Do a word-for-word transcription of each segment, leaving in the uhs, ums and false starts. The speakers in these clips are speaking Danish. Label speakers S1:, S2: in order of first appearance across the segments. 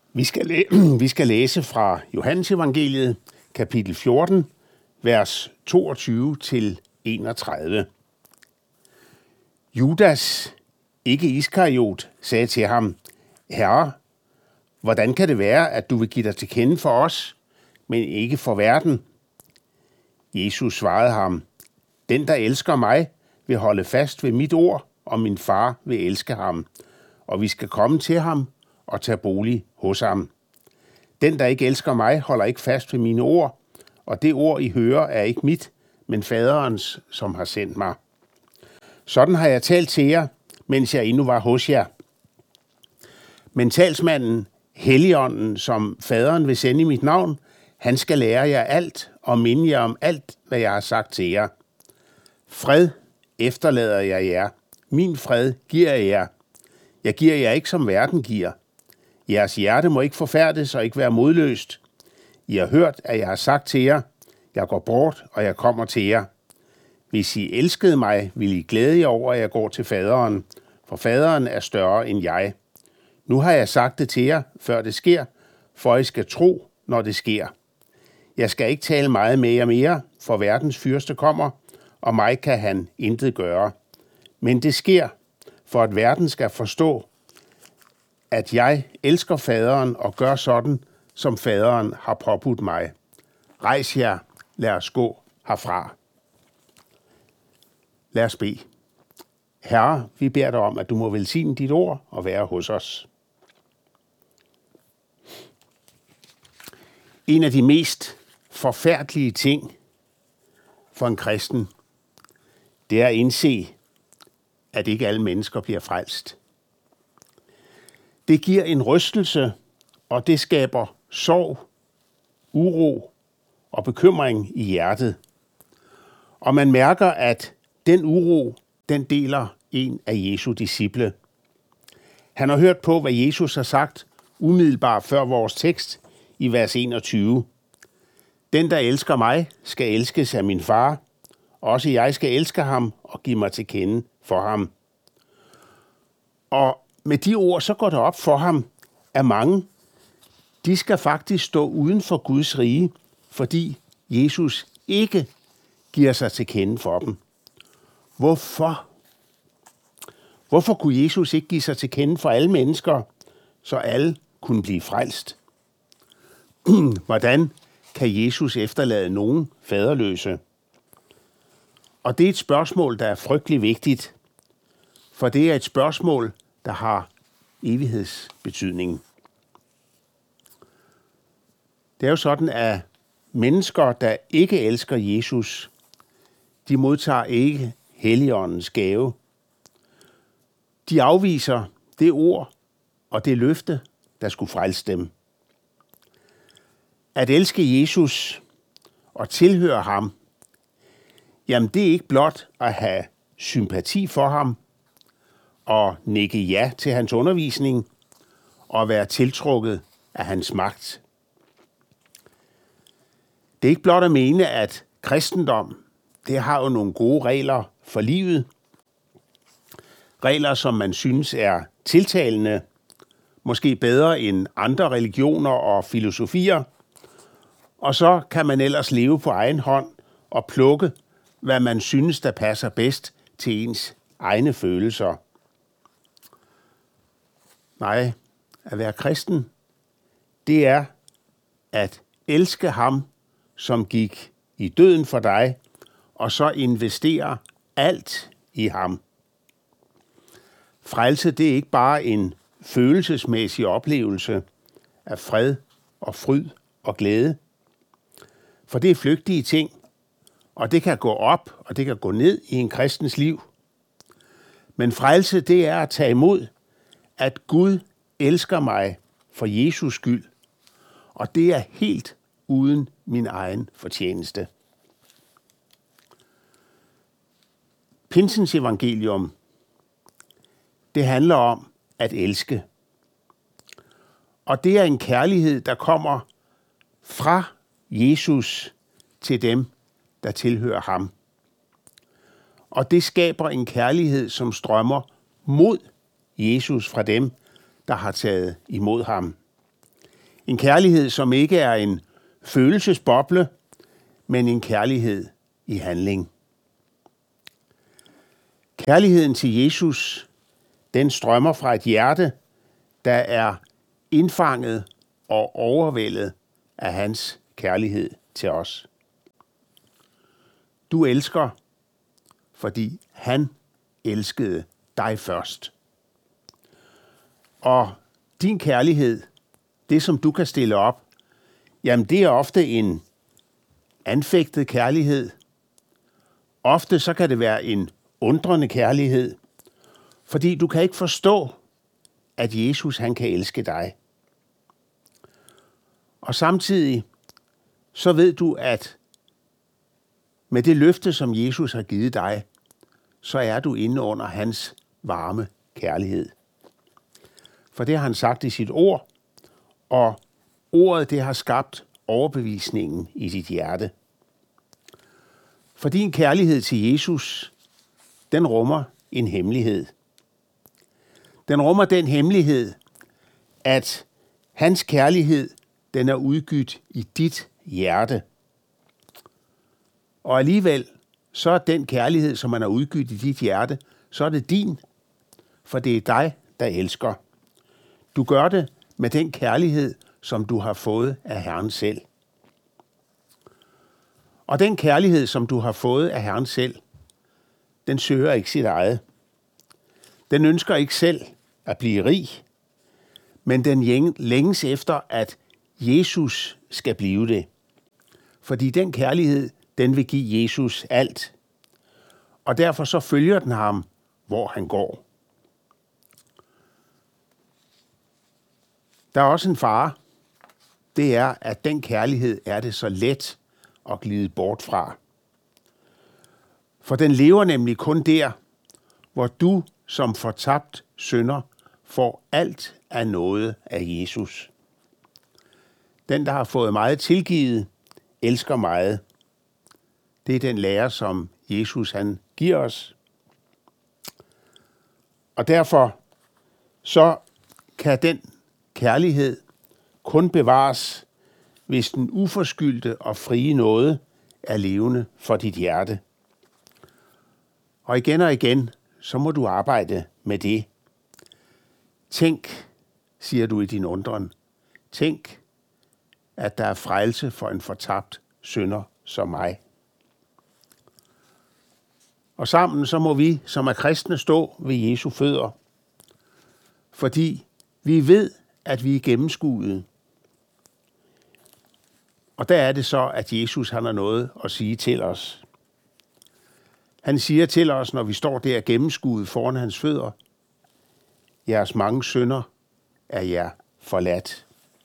S1: Vi skal, læ- vi skal læse fra Johannes Evangeliet, kapitel fjorten, vers toogtyve til enogtredive. Judas, ikke Iskariot, sagde til ham: Herre, hvordan kan det være, at du vil give dig til kende for os, men ikke for verden? Jesus svarede ham: Den, der elsker mig, vil holde fast ved mit ord, og min far vil elske ham, og vi skal komme til ham og tage bolig hos ham. Den, der ikke elsker mig, holder ikke fast ved mine ord, og det ord, I hører, er ikke mit, men faderens, som har sendt mig. Sådan har jeg talt til jer, mens jeg endnu var hos jer. Men talsmanden, Helligånden, som faderen vil sende i mit navn, han skal lære jer alt og minde jer om alt, hvad jeg har sagt til jer. Fred efterlader jeg jer. Min fred giver jeg jer. Jeg giver jer ikke, som verden giver. Jeres hjerte må ikke forfærdes og ikke være modløst. I har hørt, at jeg har sagt til jer: Jeg går bort, og jeg kommer til jer. Hvis I elskede mig, ville I glæde jer over, at jeg går til faderen, for faderen er større end jeg. Nu har jeg sagt det til jer, før det sker, for I skal tro, når det sker. Jeg skal ikke tale meget med jer mere, for verdens fyrste kommer, og mig kan han intet gøre. Men det sker, for at verden skal forstå, at jeg elsker faderen og gør sådan, som faderen har påbudt mig. Rejs jer, lad os gå herfra. Lad os bede. Herre, vi beder dig om, at du må velsigne dit ord og være hos os. En af de mest forfærdelige ting for en kristen, det er at indse, at ikke alle mennesker bliver frelst. Det giver en rystelse, og det skaber sorg, uro og bekymring i hjertet. Og man mærker, at den uro, den deler en af Jesu disciple. Han har hørt på, hvad Jesus har sagt umiddelbart før vores tekst i vers enogtyve. Den, der elsker mig, skal elskes af min far. Også jeg skal elske ham og give mig til kende for ham. Og med de ord, så går det op for ham, at mange, de skal faktisk stå uden for Guds rige, fordi Jesus ikke giver sig til kende for dem. Hvorfor? Hvorfor kunne Jesus ikke give sig til kende for alle mennesker, så alle kunne blive frelst? Hvordan kan Jesus efterlade nogen faderløse? Og det er et spørgsmål, der er frygtelig vigtigt, for det er et spørgsmål, der har evighedsbetydning. Det er jo sådan, at mennesker, der ikke elsker Jesus, de modtager ikke Helligåndens gave. De afviser det ord og det løfte, der skulle frelse dem. At elske Jesus og tilhøre ham, jamen det er ikke blot at have sympati for ham og nikke ja til hans undervisning og være tiltrukket af hans magt. Det er ikke blot at mene, at kristendom, det har jo nogle gode regler for livet. Regler, som man synes er tiltalende, måske bedre end andre religioner og filosofier. Og så kan man ellers leve på egen hånd og plukke, hvad man synes, der passer bedst til ens egne følelser. Nej, at være kristen, det er at elske ham, som gik i døden for dig, og så investere alt i ham. Frelse, det er ikke bare en følelsesmæssig oplevelse af fred og fryd og glæde. For det er flygtige ting, og det kan gå op, og det kan gå ned i en kristens liv. Men frelse, det er at tage imod, at Gud elsker mig for Jesus skyld, og det er helt uden min egen fortjeneste. Pinsens evangelium, det handler om at elske. Og det er en kærlighed, der kommer fra Jesus til dem, der tilhører ham. Og det skaber en kærlighed, som strømmer mod Jesus fra dem, der har taget imod ham. En kærlighed, som ikke er en følelsesboble, men en kærlighed i handling. Kærligheden til Jesus, den strømmer fra et hjerte, der er indfanget og overvældet af hans kærlighed til os. Du elsker, fordi han elskede dig først. Og din kærlighed, det som du kan stille op, jamen det er ofte en anfægtet kærlighed. Ofte så kan det være en undrende kærlighed, fordi du kan ikke forstå, at Jesus han kan elske dig. Og samtidig så ved du, at med det løfte, som Jesus har givet dig, så er du inde under hans varme kærlighed. For det har han sagt i sit ord, og ordet det har skabt overbevisningen i dit hjerte. For din kærlighed til Jesus, den rummer en hemmelighed. Den rummer den hemmelighed, at hans kærlighed, den er udgydt i dit hjerte. Og alligevel, så er den kærlighed, som man har udgydt i dit hjerte, så er det din, for det er dig, der elsker. Du gør det med den kærlighed, som du har fået af Herren selv. Og den kærlighed, som du har fået af Herren selv, den søger ikke sit eget. Den ønsker ikke selv at blive rig, men den længes efter, at Jesus skal blive det. Fordi den kærlighed, den vil give Jesus alt. Og derfor så følger den ham, hvor han går. Der er også en fare. Det er, at den kærlighed er det så let at glide bort fra. For den lever nemlig kun der, hvor du som fortabt synder får alt af nåde af Jesus. Den, der har fået meget tilgivet, elsker meget. Det er den lære, som Jesus han giver os. Og derfor så kan den kærlighed kun bevares, hvis den uforskyldte og frie nåde er levende for dit hjerte. Og igen og igen, så må du arbejde med det. Tænk, siger du i din undren, tænk, at der er frelse for en fortabt synder som mig. Og sammen så må vi, som er kristne, stå ved Jesu fødder, fordi vi ved, at vi er gennemskuede. Og der er det så, at Jesus han har noget at sige til os. Han siger til os, når vi står der gennemskuet foran hans fødder, jeres mange synder er jer forladt.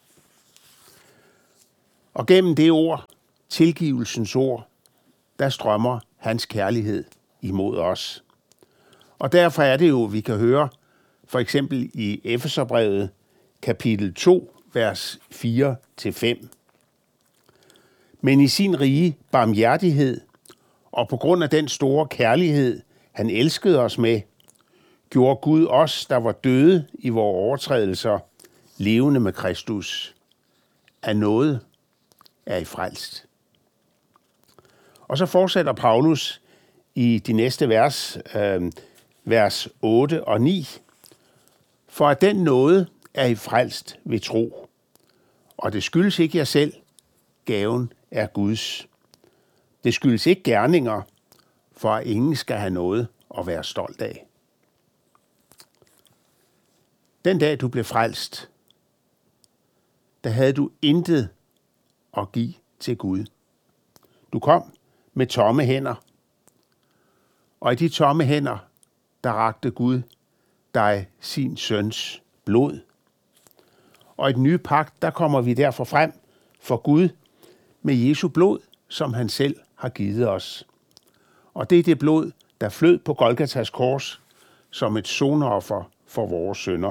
S1: Og gennem det ord, tilgivelsens ord, der strømmer hans kærlighed imod os. Og derfor er det jo, vi kan høre, for eksempel i Efeserbrevet, kapitel to, vers fire til fem. Men i sin rige barmhjertighed, og på grund af den store kærlighed, han elskede os med, gjorde Gud os, der var døde i vores overtrædelser, levende med Kristus. Af noget er I frelst. Og så fortsætter Paulus i de næste vers, øh, vers otte og ni. For at den nåde er I frelst ved tro. Og det skyldes ikke jer selv. Gaven er Guds. Det skyldes ikke gerninger, for at ingen skal have noget at være stolt af. Den dag du blev frelst, der havde du intet at give til Gud. Du kom med tomme hænder, og i de tomme hænder, der rakte Gud dig sin søns blod. Og i den nye pagt, der kommer vi derfor frem for Gud med Jesu blod, som han selv har givet os. Og det er det blod, der flød på Golgatas kors som et sonoffer for vores synder.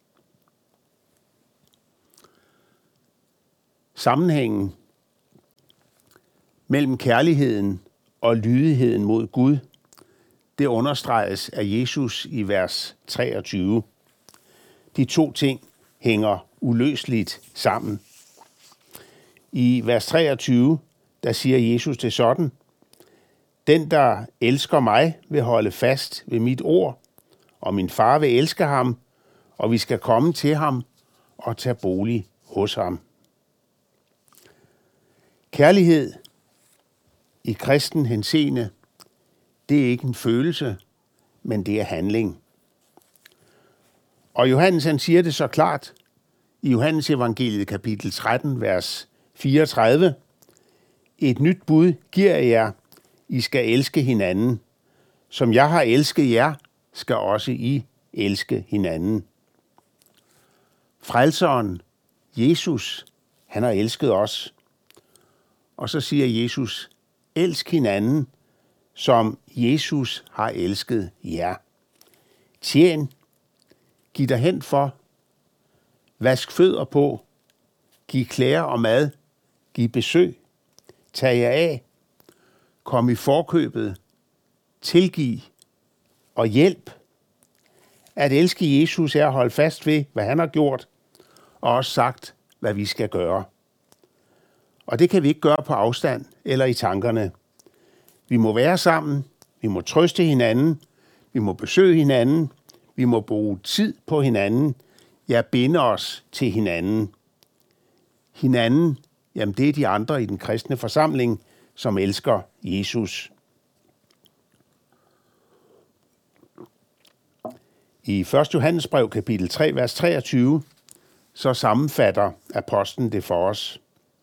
S1: Sammenhængen mellem kærligheden og lydigheden mod Gud, det understreges af Jesus i vers treogtyve. De to ting hænger uløseligt sammen. I vers treogtyve, der siger Jesus det sådan: Den, der elsker mig, vil holde fast ved mit ord, og min far vil elske ham, og vi skal komme til ham og tage bolig hos ham. Kærlighed i kristen henseende, det er ikke en følelse, men det er handling. Og Johannes han siger det så klart i Johannes evangeliet kapitel tretten, vers fireogtredive. Et nyt bud giver jeg jer, I skal elske hinanden. Som jeg har elsket jer, skal også I elske hinanden. Frelseren, Jesus, han har elsket os. Og så siger Jesus, elsk hinanden, som Jesus har elsket jer. Tjen, giv dig hen for, vask fødder på, giv klæder og mad, giv besøg, tag jer af, kom i forkøbet, tilgiv og hjælp. At elske Jesus er at holde fast ved, hvad han har gjort, og også sagt, hvad vi skal gøre. Og det kan vi ikke gøre på afstand eller i tankerne. Vi må være sammen, vi må trøste hinanden, vi må besøge hinanden, vi må bruge tid på hinanden, ja, binde os til hinanden. Hinanden, jamen det er de andre i den kristne forsamling, som elsker Jesus. I første Johannes brev, kapitel tre, vers treogtyve, så sammenfatter apostlen det for os.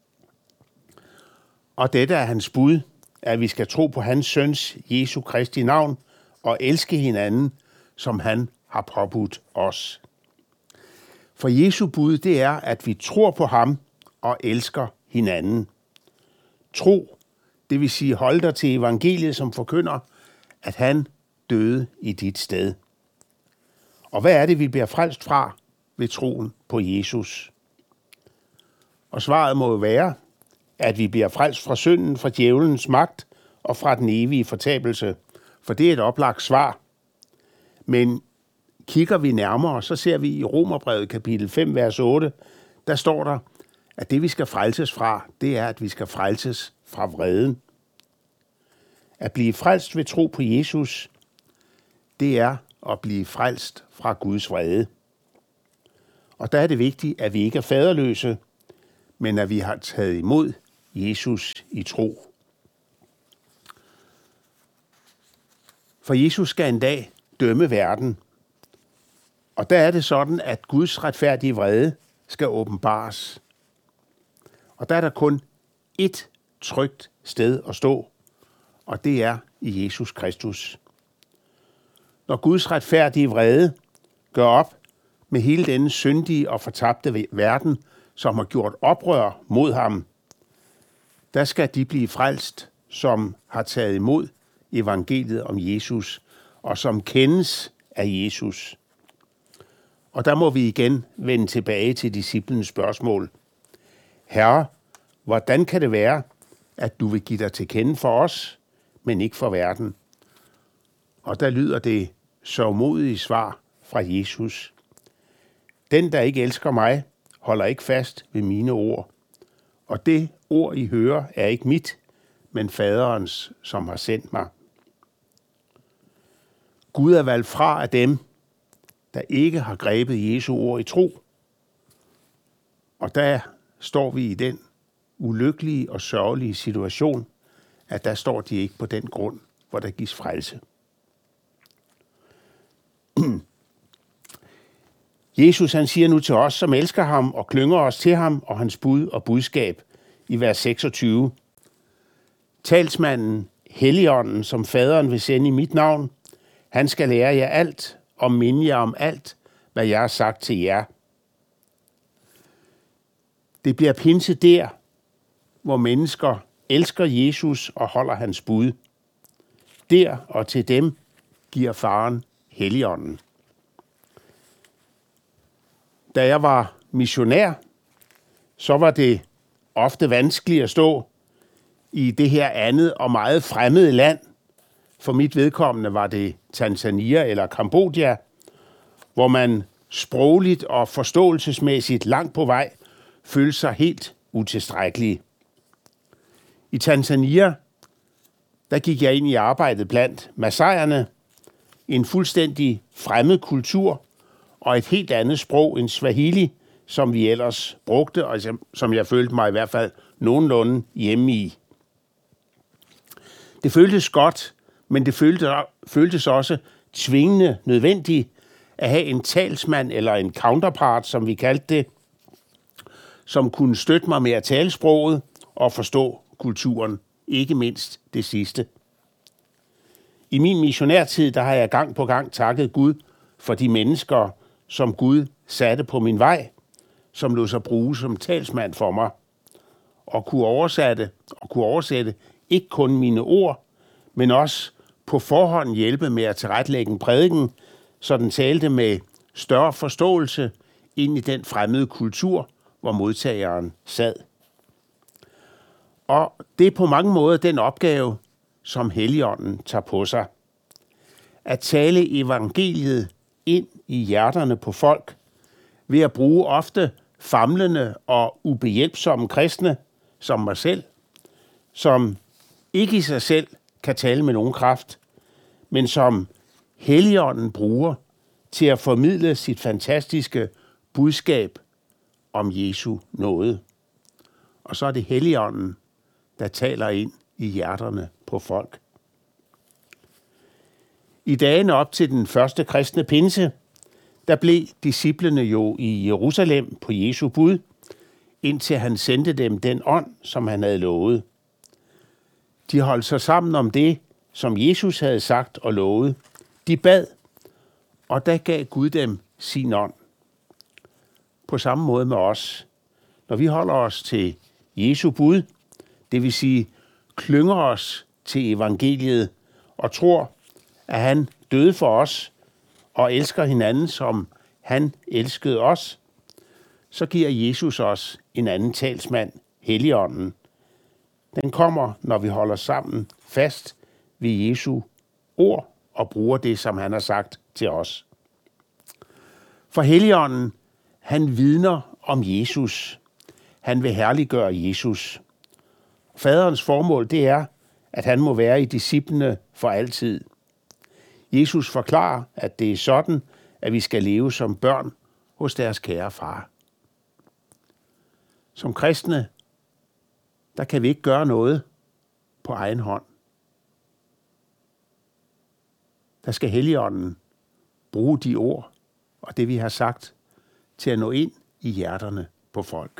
S1: Og dette er hans bud, at vi skal tro på hans søns, Jesu Kristi navn, og elske hinanden, som han har påbudt os. For Jesu bud, det er, at vi tror på ham og elsker hinanden. Tro, det vil sige hold dig til evangeliet, som forkynder, at han døde i dit sted. Og hvad er det, vi bliver frelst fra ved troen på Jesus? Og svaret må jo være, at vi bliver frelst fra synden, fra djævelens magt og fra den evige fortabelse. For det er et oplagt svar. Men kigger vi nærmere, så ser vi i Romerbrevet kapitel fem, vers otte, der står der, at det vi skal frelses fra, det er, at vi skal frelses fra vreden. At blive frelst ved tro på Jesus, det er at blive frelst fra Guds vrede. Og der er det vigtigt, at vi ikke er faderløse, men at vi har taget imod Jesus i tro. For Jesus skal en dag dømme verden, og der er det sådan, at Guds retfærdige vrede skal åbenbares. Og der er der kun ét trygt sted at stå, og det er i Jesus Kristus. Når Guds retfærdige vrede gør op med hele denne syndige og fortabte verden, som har gjort oprør mod ham, der skal de blive frelst, som har taget imod evangeliet om Jesus, og som kendes af Jesus. Og der må vi igen vende tilbage til disciplens spørgsmål. Herre, hvordan kan det være, at du vil give dig til kende for os, men ikke for verden? Og der lyder det sørgmodige svar fra Jesus. Den, der ikke elsker mig, holder ikke fast ved mine ord. Og det ord, I hører, er ikke mit, men faderens, som har sendt mig. Gud er valgt fra af dem, der ikke har grebet Jesu ord i tro. Og der står vi i den ulykkelige og sørgelige situation, at der står de ikke på den grund, hvor der gives frelse. Jesus han siger nu til os, som elsker ham og klynger os til ham og hans bud og budskab i vers seksogtyve. Talsmanden, Helligånden, som faderen vil sende i mit navn, han skal lære jer alt og minde jer om alt, hvad jeg har sagt til jer. Det bliver pinse der, hvor mennesker elsker Jesus og holder hans bud. Der og til dem giver faren Helligånden. Da jeg var missionær, så var det ofte vanskeligt at stå i det her andet og meget fremmede land. For mit vedkommende var det Tanzania eller Kambodja, hvor man sprogligt og forståelsesmæssigt langt på vej følte sig helt utilstrækkelige. I Tanzania, der gik jeg ind i arbejdet blandt masaierne, en fuldstændig fremmed kultur og et helt andet sprog end Swahili, som vi ellers brugte, og som jeg følte mig i hvert fald nogenlunde hjemme i. Det føltes godt, men det føltes også tvingende nødvendigt at have en talsmand eller en counterpart, som vi kaldte det, som kunne støtte mig med at tale sproget og forstå kulturen, ikke mindst det sidste. I min missionærtid, der har jeg gang på gang takket Gud for de mennesker, som Gud satte på min vej, som lod sig bruge som talsmand for mig, og kunne oversætte, og kunne oversætte ikke kun mine ord, men også på forhånd hjælpe med at tilrettelægge en prædiken, så den talte med større forståelse ind i den fremmede kultur, hvor modtageren sad. Og det er på mange måder den opgave, som Helligånden tager på sig. At tale evangeliet ind i hjerterne på folk, ved at bruge ofte famlende og ubehjælpsomme kristne, som mig selv, som ikke i sig selv kan tale med nogen kraft, men som Helligånden bruger til at formidle sit fantastiske budskab om Jesu nåde. Og så er det Helligånden, der taler ind i hjerterne på folk. I dagene op til den første kristne pinse, der blev disciplene jo i Jerusalem på Jesu bud, indtil han sendte dem den ånd, som han havde lovet. De holdt sig sammen om det, som Jesus havde sagt og lovet. De bad, og der gav Gud dem sin ånd. På samme måde med os. Når vi holder os til Jesu bud, det vil sige klynger os til evangeliet og tror, at han døde for os og elsker hinanden, som han elskede os, så giver Jesus os en anden talsmand, Helligånden. Den kommer, når vi holder sammen fast ved Jesu ord og bruger det, som han har sagt til os. For Helligånden, han vidner om Jesus. Han vil herliggøre Jesus. Faderens formål, det er, at han må være i disciplene for altid. Jesus forklarer, at det er sådan, at vi skal leve som børn hos deres kære far. Som kristne, der kan vi ikke gøre noget på egen hånd. Der skal Helligånden bruge de ord og det, vi har sagt, til at nå ind i hjerterne på folk.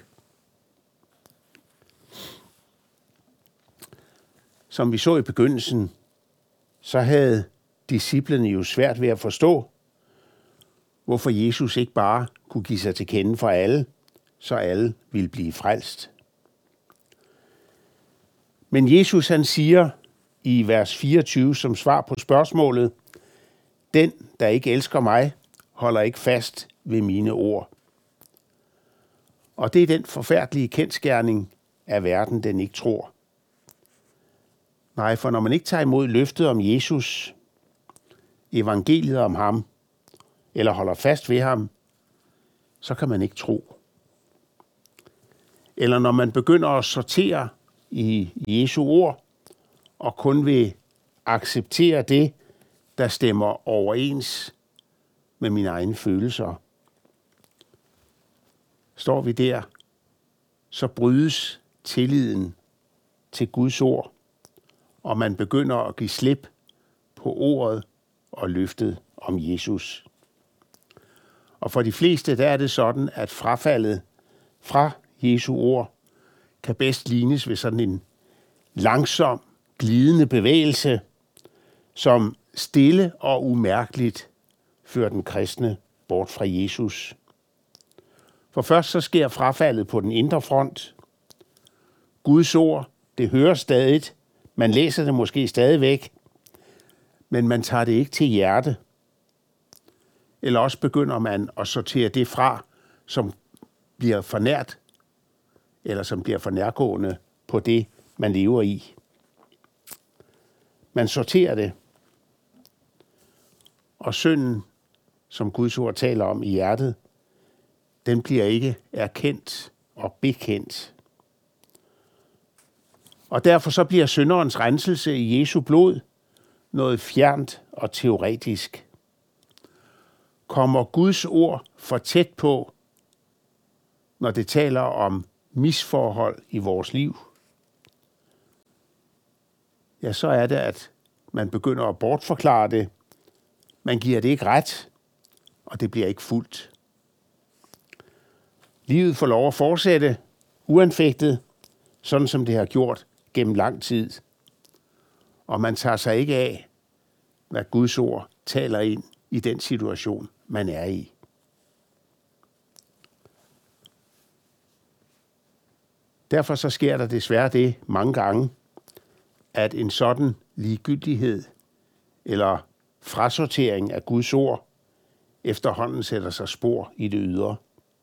S1: Som vi så i begyndelsen, så havde disciplene jo svært ved at forstå, hvorfor Jesus ikke bare kunne give sig til kende for alle, så alle ville blive frelst. Men Jesus han siger i vers fireogtyve som svar på spørgsmålet, den, der ikke elsker mig, holder ikke fast ved mine ord. Og det er den forfærdelige kendsgerning, at verden den ikke tror. Nej, for når man ikke tager imod løftet om Jesus, evangeliet om ham, eller holder fast ved ham, så kan man ikke tro. Eller når man begynder at sortere i Jesu ord, og kun vil acceptere det, der stemmer overens med mine egne følelser. Står vi der, så brydes tilliden til Guds ord, og man begynder at give slip på ordet og løftet om Jesus. Og for de fleste, der er det sådan, at frafaldet fra Jesu ord kan bedst lignes ved sådan en langsom, glidende bevægelse, som stille og umærkeligt fører den kristne bort fra Jesus. For først så sker frafaldet på den indre front. Guds ord, det høres stadig, man læser det måske stadigvæk, men man tager det ikke til hjerte. Eller også begynder man at sortere det fra, som bliver for nært, eller som bliver for nærgående på det, man lever i. Man sorterer det. Og synden, som Guds ord taler om i hjertet, den bliver ikke erkendt og bekendt. Og derfor så bliver synderens renselse i Jesu blod noget fjernt og teoretisk. Kommer Guds ord for tæt på, når det taler om misforhold i vores liv, ja, så er det, at man begynder at bortforklare det. Man giver det ikke ret, og det bliver ikke fuldt. Livet får lov at fortsætte uanfægtet, sådan som det har gjort gennem lang tid. Og man tager sig ikke af, hvad Guds ord taler ind i den situation, man er i. Derfor så sker der desværre det mange gange, at en sådan ligegyldighed eller frasortering af Guds ord efterhånden sætter sig spor i det ydre.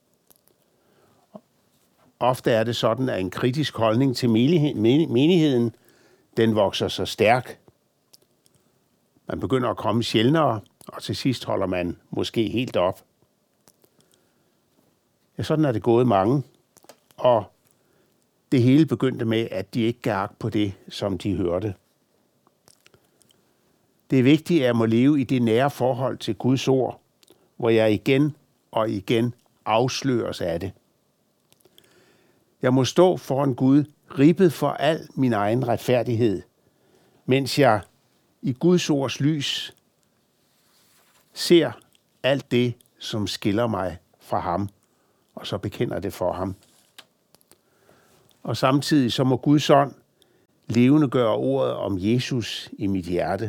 S1: Ofte er det sådan, at en kritisk holdning til menigheden, den vokser så stærk. Man begynder at komme sjældnere, og til sidst holder man måske helt op. Ja, sådan er det gået mange, og det hele begyndte med, at de ikke gav agt på det, som de hørte. Det er vigtigt, at jeg må leve i det nære forhold til Guds ord, hvor jeg igen og igen afsløres af det. Jeg må stå foran Gud, ribbet for al min egen retfærdighed, mens jeg i Guds ords lys ser alt det, som skiller mig fra ham, og så bekender det for ham. Og samtidig så må Guds ånd levende gøre ordet om Jesus i mit hjerte.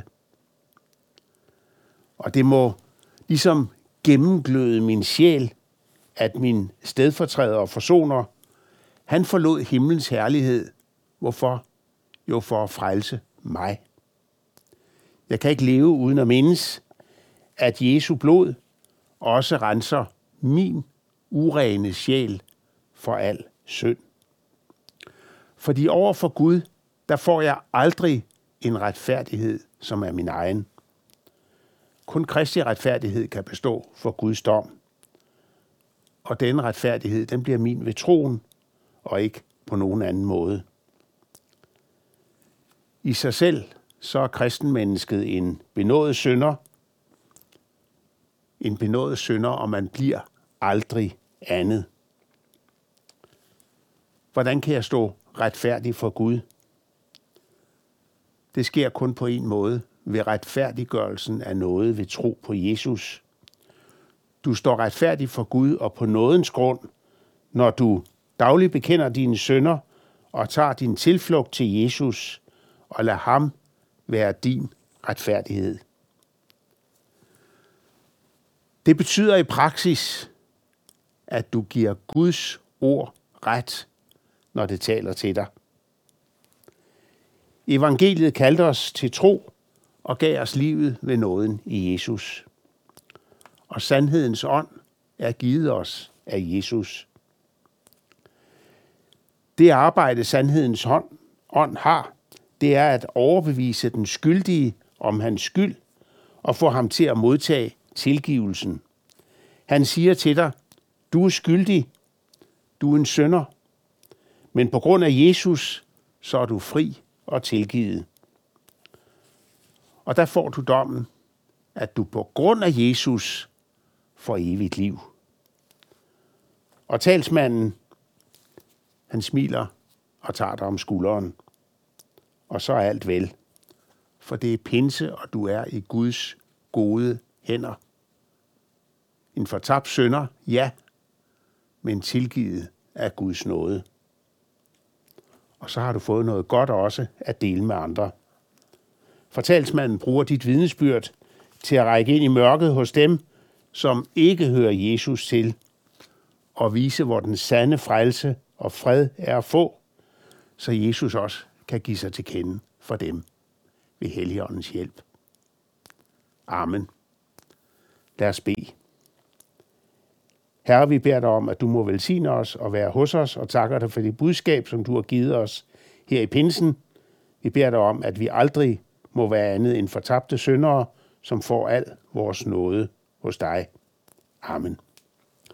S1: Og det må ligesom gennemgløde min sjæl, at min stedfortræder og forsoner, han forlod himlens herlighed. Hvorfor? Jo, for at frelse mig. Jeg kan ikke leve uden at mindes, at Jesu blod også renser min urene sjæl for al synd. Fordi over for Gud, der får jeg aldrig en retfærdighed, som er min egen. Kun Kristi retfærdighed kan bestå for Guds dom. Og denne retfærdighed, den bliver min ved troen, og ikke på nogen anden måde. I sig selv, så er kristenmennesket en benådet synder. En benådet synder, og man bliver aldrig andet. Hvordan kan jeg stå retfærdig for Gud? Det sker kun på en måde, ved retfærdiggørelsen af noget ved tro på Jesus. Du står retfærdig for Gud og på nådens grund, når du dagligt bekender dine synder og tager din tilflugt til Jesus og lader ham være din retfærdighed. Det betyder i praksis, at du giver Guds ord ret, når det taler til dig. Evangeliet kaldte os til tro og gav os livet ved nåden i Jesus. Og sandhedens ånd er givet os af Jesus. Det arbejde, sandhedens hånd, ånd har, det er at overbevise den skyldige om hans skyld og få ham til at modtage tilgivelsen. Han siger til dig, du er skyldig, du er en synder, men på grund af Jesus, så er du fri og tilgivet. Og der får du dommen, at du på grund af Jesus får evigt liv. Og talsmanden, han smiler og tager dig om skulderen. Og så er alt vel, for det er pinse, og du er i Guds gode hænder. En fortabt synder, ja, men tilgivet af Guds nåde. Og så har du fået noget godt også at dele med andre. For talsmanden bruger dit vidnesbyrd til at række ind i mørket hos dem, som ikke hører Jesus til, og vise, hvor den sande frelse og fred er at få, så Jesus også kan give sig til kende for dem ved Helligåndens hjælp. Amen. Lad os bede. Herre, vi beder dig om, at du må velsigne os og være hos os, og takker dig for det budskab, som du har givet os her i pinsen. Vi beder dig om, at vi aldrig må være andet end fortabte syndere, som får al vores nåde hos dig. Amen.